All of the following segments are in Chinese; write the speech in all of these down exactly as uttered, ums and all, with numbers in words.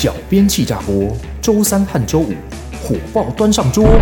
小编气炸锅，周三和周五火爆端上桌。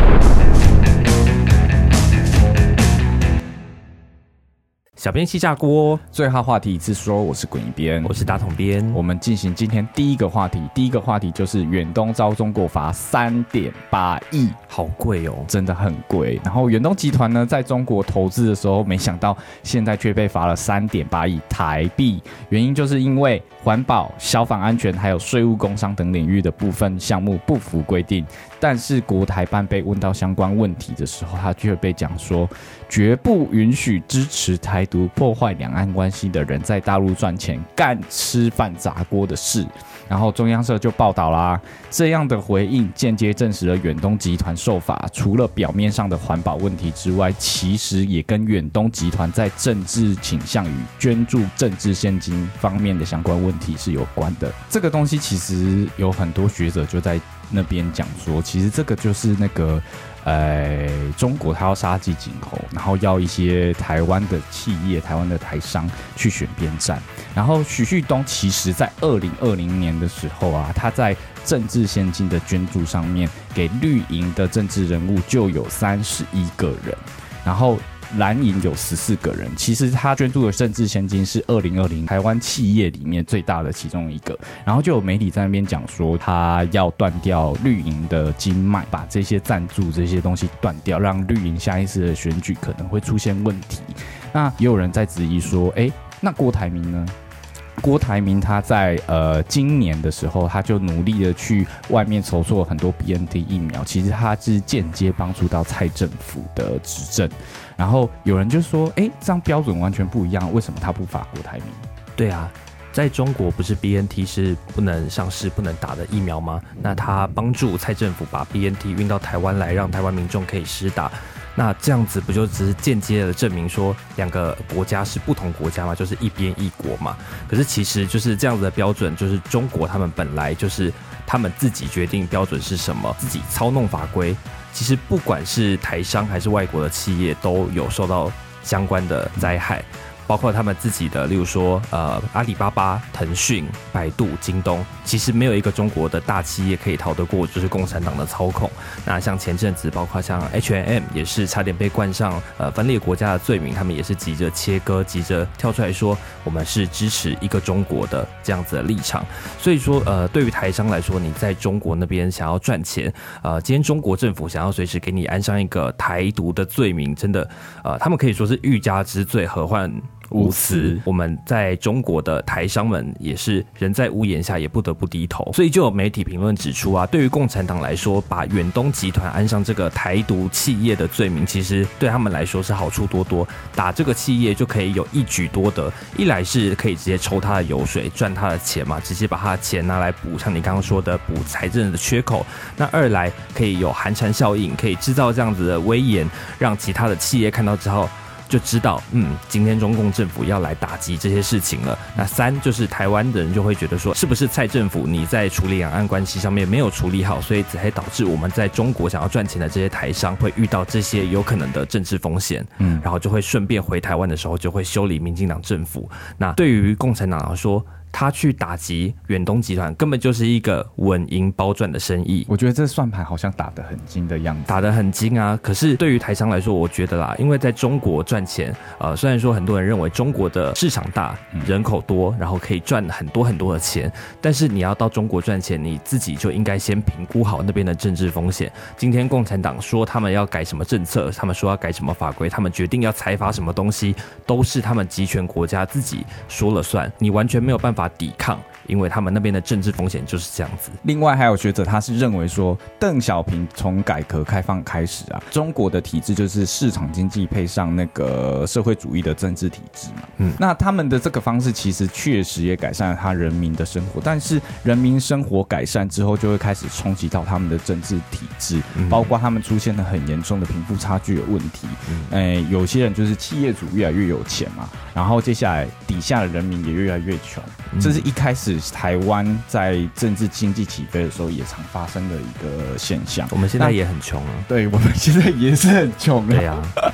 小编气炸锅， 最好话题一次说，我是滚一边， 我是打统编。 我们进行今天第一个话题，第一个话题就是远东遭中国罚 三点八亿， 好贵哦， 真的很贵。然后远东集团呢，在中国投资的时候，没想到现在却被罚了 三点八亿台币，原因就是因为环保、消防安全还有税务工商等领域的部分项目不符规定。但是国台办被问到相关问题的时候，他却被讲说，绝不允许支持台独、破坏两岸关系的人在大陆赚钱、干吃饭砸锅的事。然后中央社就报道啦，这样的回应间接证实了远东集团受罚，除了表面上的环保问题之外，其实也跟远东集团在政治倾向与捐助政治现金方面的相关问题是有关的。这个东西其实有很多学者就在那边讲说，其实这个就是那个呃，中国他要杀鸡儆猴，然后要一些台湾的企业、台湾的台商去选边站。然后许旭东其实在二零二零年的时候啊，他在政治现金的捐助上面，给绿营的政治人物就有三十一个人，然后蓝营有十四个人。其实他捐助的政治现金是二零二零台湾企业里面最大的其中一个。然后就有媒体在那边讲说，他要断掉绿营的经脉，把这些赞助这些东西断掉，让绿营下一次的选举可能会出现问题。那也有人在质疑说，哎，那郭台铭呢？郭台铭他在呃今年的时候，他就努力的去外面筹措很多 B N T 疫苗，其实他是间接帮助到蔡政府的执政。然后有人就说，哎，这样标准完全不一样，为什么他不罚郭台铭？ 对啊，在中国不是 B N T 是不能上市、不能打的疫苗吗？那他帮助蔡政府把 B N T 运到台湾来，让台湾民众可以施打。那这样子不就只是间接的证明说两个国家是不同国家嘛，就是一边一国嘛？可是其实就是这样子的标准，就是中国他们本来就是他们自己决定标准是什么，自己操弄法规。其实不管是台商还是外国的企业，都有受到相关的灾害。包括他们自己的，例如说，呃，阿里巴巴、腾讯、百度、京东，其实没有一个中国的大企业可以逃得过就是共产党的操控。那像前阵子，包括像 H and M 也是差点被冠上呃分裂国家的罪名，他们也是急着切割，急着跳出来说我们是支持一个中国的这样子的立场。所以说，呃，对于台商来说，你在中国那边想要赚钱，呃，今天中国政府想要随时给你安上一个台独的罪名，真的，呃，他们可以说是欲加之罪，何患无辞。我们在中国的台商们也是人在屋檐下，也不得不低头。所以就有媒体评论指出啊，对于共产党来说，把远东集团安上这个台独企业的罪名，其实对他们来说是好处多多。打这个企业就可以有一举多得，一来是可以直接抽他的油水，赚他的钱嘛，直接把他的钱拿来补，像你刚刚说的补财政的缺口。那二来可以有寒蝉效应，可以制造这样子的威严，让其他的企业看到之后就知道，嗯，今天中共政府要来打击这些事情了。那三就是台湾的人就会觉得说，是不是蔡政府你在处理两岸关系上面没有处理好，所以才导致我们在中国想要赚钱的这些台商会遇到这些有可能的政治风险，嗯，然后就会顺便回台湾的时候就会修理民进党政府。那对于共产党来说，他去打击远东集团，根本就是一个稳赢包赚的生意。 我觉得这算盘好像打得很精的样子， 打得很精啊。可是对于台商来说，我觉得啦，因为在中国赚钱，呃，虽然说很多人认为中国的市场大、人口多，然后可以赚很多很多的钱，但是你要到中国赚钱，你自己就应该先评估好那边的政治风险。今天共产党说他们要改什么政策，他们说要改什么法规，他们决定要裁罚什么东西，都是他们集权国家自己说了算，你完全没有办法抵抗，因为他们那边的政治风险就是这样子。 另外还有学者他是认为说，邓小平从改革开放开始啊，中国的体制就是市场经济配上那个社会主义的政治体制嘛。嗯，那他们的这个方式其实确实也改善了他人民的生活，但是人民生活改善之后，就会开始冲击到他们的政治体制，嗯、包括他们出现了很严重的贫富差距的问题。嗯，欸、有些人就是企业主越来越有钱嘛，然后接下来底下的人民也越来越穷。这是一开始台湾在政治经济起飞的时候也常发生的一个现象。 我们现在也很穷啊， 对，我们现在也是很穷啊。 对啊。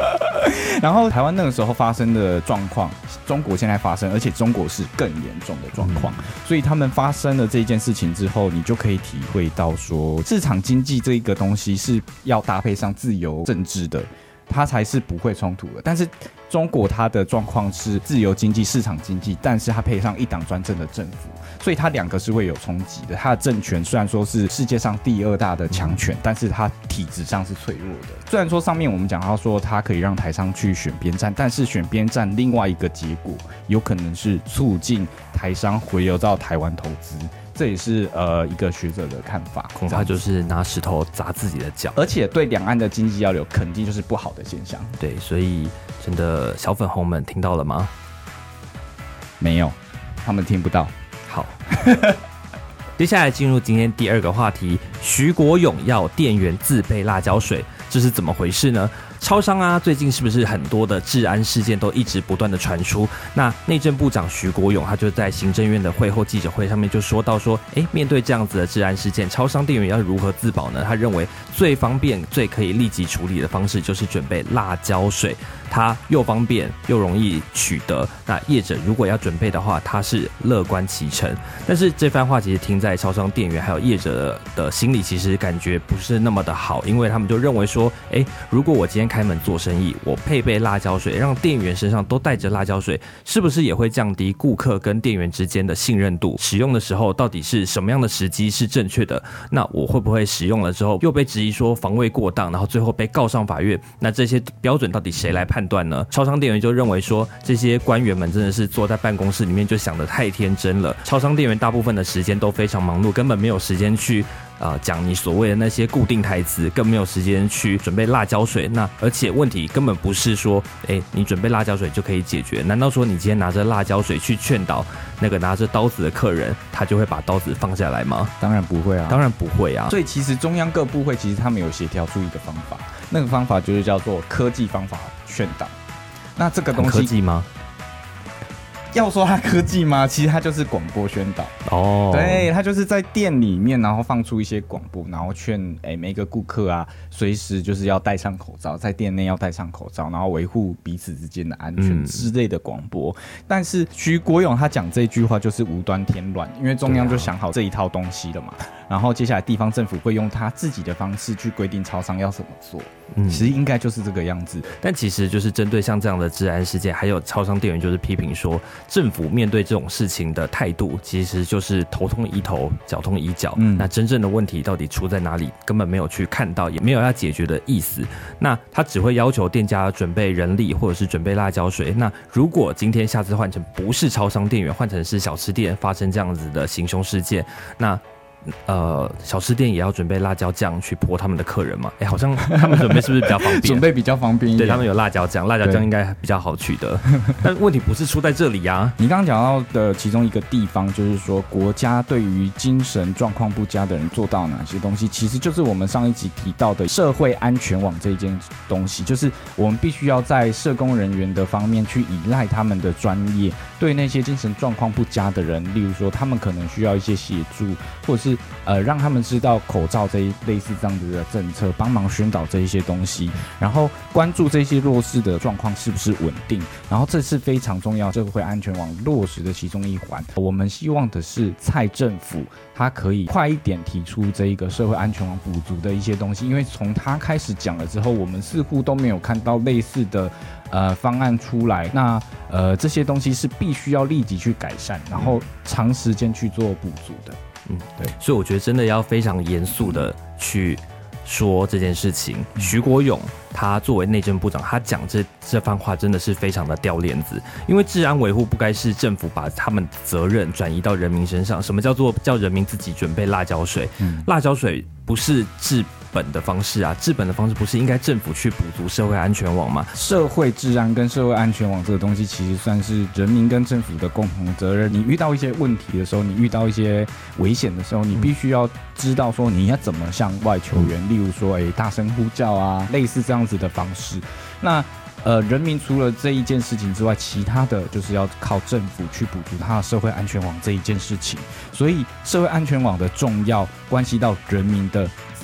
然后台湾那个时候发生的状况，中国现在发生，而且中国是更严重的状况，嗯、所以他们发生了这件事情之后，你就可以体会到说，市场经济这一个东西是要搭配上自由政治的。它才是不会冲突的，但是中国它的状况是自由经济、市场经济，但是它配上一党专政的政府，所以它两个是会有冲击的。它的政权虽然说是世界上第二大的强权，但是它体质上是脆弱的。虽然说上面我们讲到说它可以让台商去选边站，但是选边站另外一个结果有可能是促进台商回流到台湾投资。这也是呃一个学者的看法， 恐怕就是拿石头砸自己的脚， 而且对两岸的经济交流肯定就是不好的现象。 对，所以真的小粉红们听到了吗？ 没有，他们听不到。 好，接下来进入今天第二个话题，徐国勇要店员自备辣椒水，这是怎么回事呢？超商啊，最近是不是很多的治安事件都一直不断的传出？那内政部长徐国勇他就在行政院的会后记者会上面就说到说，哎，面对这样子的治安事件，超商店员要如何自保呢？他认为最方便、最可以立即处理的方式就是准备辣椒水，它又方便又容易取得。那业者如果要准备的话，他是乐观其成。但是这番话其实听在超商店员还有业者的心里，其实感觉不是那么的好，因为他们就认为说，哎，如果我今天开门做生意，我配备辣椒水，让店员身上都带着辣椒水，是不是也会降低顾客跟店员之间的信任度？使用的时候到底是什么样的时机是正确的？那我会不会使用了之后又被质疑说防卫过当，然后最后被告上法院？那这些标准到底谁来判断呢？超商店员就认为说，这些官员们真的是坐在办公室里面就想得太天真了。超商店员大部分的时间都非常忙碌，根本没有时间去呃，讲你所谓的那些固定台词，更没有时间去准备辣椒水。那而且问题根本不是说，哎，你准备辣椒水就可以解决。难道说你今天拿着辣椒水去劝导那个拿着刀子的客人，他就会把刀子放下来吗？ 当然不会啊， 当然不会啊。 所以其实中央各部会其实他们有协调出一个方法，那个方法就是叫做科技方法劝导。那这个东西科技吗？ 要说它科技吗？其实它就是广播宣导哦。对，它就是在店里面，然后放出一些广播，然后劝哎每个顾客啊，随时就是要戴上口罩，在店内要戴上口罩，然后维护彼此之间的安全之类的广播。嗯、但是徐国勇他讲这句话就是无端添乱，因为中央就想好这一套东西了嘛。然后接下来地方政府会用他自己的方式去规定超商要怎么做，嗯，其实应该就是这个样子。 但其实就是针对像这样的治安事件，还有超商店员就是批评说，政府面对这种事情的态度，其实就是头痛医头，脚痛医脚。嗯，那真正的问题到底出在哪里，根本没有去看到，也没有要解决的意思。那他只会要求店家准备人力，或者是准备辣椒水。那如果今天下次换成不是超商店员，换成是小吃店发生这样子的行凶事件，那呃，小吃店也要准备辣椒酱去泼他们的客人嘛？哎，好像他们准备是不是比较方便？ 准备比较方便一点。 对，他们有辣椒酱，辣椒酱应该比较好取得。但问题不是出在这里啊！ 你刚刚讲到的其中一个地方，就是说国家对于精神状况不佳的人做到哪些东西，其实就是我们上一集提到的社会安全网这一件东西，就是我们必须要在社工人员的方面去依赖他们的专业，对那些精神状况不佳的人，例如说他们可能需要一些协助，或者是呃，让他们知道口罩这一类似这样子的政策，帮忙宣导这一些东西，然后关注这些弱势的状况是不是稳定，然后这是非常重要，社会安全网落实的其中一环。我们希望的是蔡政府他可以快一点提出这一个社会安全网补足的一些东西，因为从他开始讲了之后，我们似乎都没有看到类似的呃方案出来。那呃这些东西是必须要立即去改善，然后长时间去做补足的。 嗯，对，所以我觉得真的要非常严肃的去说这件事情。嗯、徐国勇他作为内政部长，他讲这这番话真的是非常的掉链子，因为治安维护不该是政府把他们责任转移到人民身上。什么叫做叫人民自己准备辣椒水？嗯、辣椒水不是治本的方式啊，治本的方式不是应该政府去补足社会安全网吗？ 社会治安跟社会安全网这个东西，其实算是人民跟政府的共同责任。你遇到一些问题的时候，你遇到一些危险的时候，你必须要知道说你要怎么向外求援，嗯、例如说，哎，大声呼叫啊，类似这样子的方式。那呃，人民除了这一件事情之外，其他的就是要靠政府去补足他的社会安全网这一件事情。所以，社会安全网的重要关系到人民的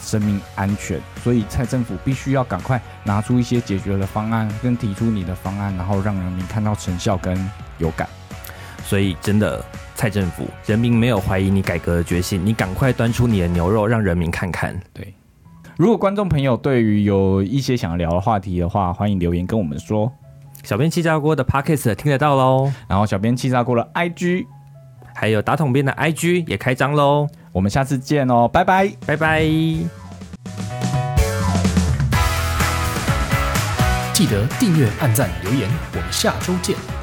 生命安全，所以蔡政府必须要赶快拿出一些解决的方案，跟提出你的方案，然后让人民看到成效跟有感。 所以真的，蔡政府，人民没有怀疑你改革的决心，你赶快端出你的牛肉，让人民看看。 对，如果观众朋友对于有一些想要聊的话题的话，欢迎留言跟我们说。 小编气炸锅的 Podcast 听得到咯， 然后小编气炸锅的 I G， 还有打统编的 I G 也开张咯。 我们下次见哦，拜拜， 拜拜。 记得订阅、按赞、留言，我们下周见。